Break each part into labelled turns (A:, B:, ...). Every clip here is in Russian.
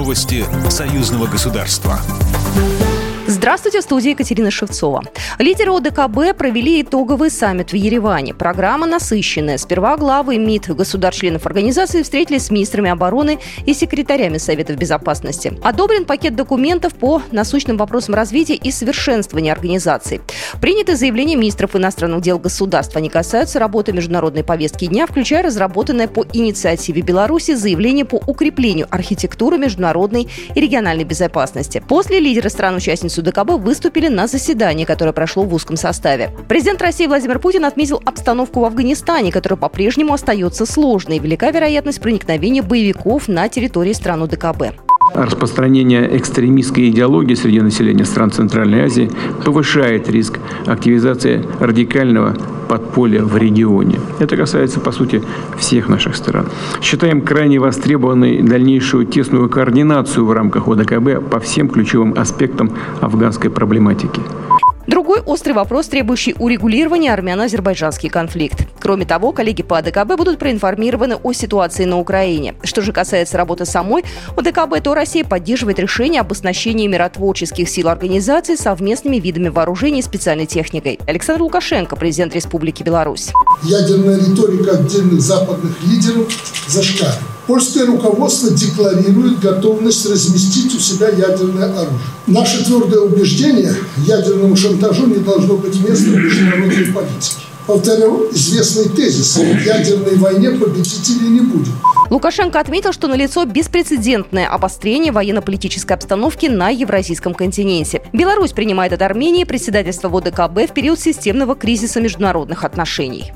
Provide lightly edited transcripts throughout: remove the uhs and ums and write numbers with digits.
A: Новости союзного государства.
B: Здравствуйте, в студии Екатерина Шевцова. Лидеры ОДКБ провели итоговый саммит в Ереване. Программа насыщенная. Сперва главы МИД государств-членов организации встретились с министрами обороны и секретарями Советов Безопасности. Одобрен пакет документов по насущным вопросам развития и совершенствования организации. Приняты заявления министров иностранных дел государств. Они касаются работы международной повестки дня, включая разработанное по инициативе Беларуси заявление по укреплению архитектуры международной и региональной безопасности. После лидеры стран-участниц ОДКБ выступили на заседании, которое прошло в узком составе. Президент России Владимир Путин отметил обстановку в Афганистане, которая по-прежнему остается сложной. Велика вероятность проникновения боевиков на территории стран ОДКБ.
C: Распространение экстремистской идеологии среди населения стран Центральной Азии повышает риск активизации радикального подполья в регионе. Это касается, по сути, всех наших стран. Считаем крайне востребованной дальнейшую тесную координацию в рамках ОДКБ по всем ключевым аспектам афганской проблематики.
B: Другой острый вопрос, требующий урегулирования – армяно-азербайджанский конфликт. Кроме того, коллеги по ОДКБ будут проинформированы о ситуации на Украине. Что же касается работы самой ОДКБ, то Россия поддерживает решение об оснащении миротворческих сил организации совместными видами вооружений и специальной техникой. Александр Лукашенко, президент Республики Беларусь.
D: Ядерная риторика отдельных западных лидеров зашкаливает. Польское руководство декларирует готовность разместить у себя ядерное оружие. Наше твердое убеждение – ядерному шантажу не должно быть места в международной политике. Повторю известный тезис: в ядерной войне победителей не будет.
B: Лукашенко отметил, что налицо беспрецедентное обострение военно-политической обстановки на Евразийском континенте. Беларусь принимает от Армении председательство в ОДКБ в период системного кризиса международных отношений.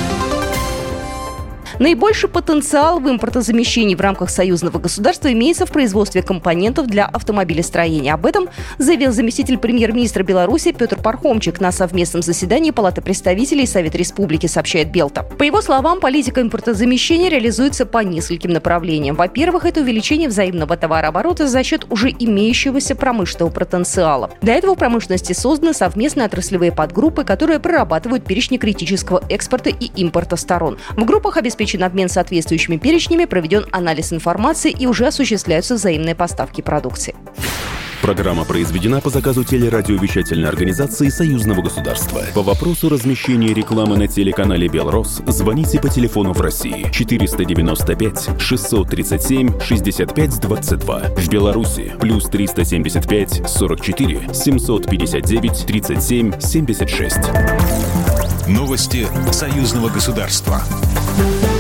B: Наибольший потенциал в импортозамещении в рамках союзного государства имеется в производстве компонентов для автомобилестроения. Об этом заявил заместитель премьер-министра Беларуси Петр Пархомчик на совместном заседании Палаты представителей и Совета Республики, сообщает Белта. По его словам, политика импортозамещения реализуется по нескольким направлениям. Во-первых, это увеличение взаимного товарооборота за счет уже имеющегося промышленного потенциала. Для этого в промышленности созданы совместные отраслевые подгруппы, которые прорабатывают перечни критического экспорта и импорта сторон. В группах обеспечен обмен соответствующими перечнями, проведен анализ информации и уже осуществляются взаимные поставки продукции.
A: Программа произведена по заказу телерадиовещательной организации Союзного государства. По вопросу размещения рекламы на телеканале «Белрос» звоните по телефону в России 495 637 65 22. В Беларуси плюс 375 44 759 37 76. Новости союзного государства.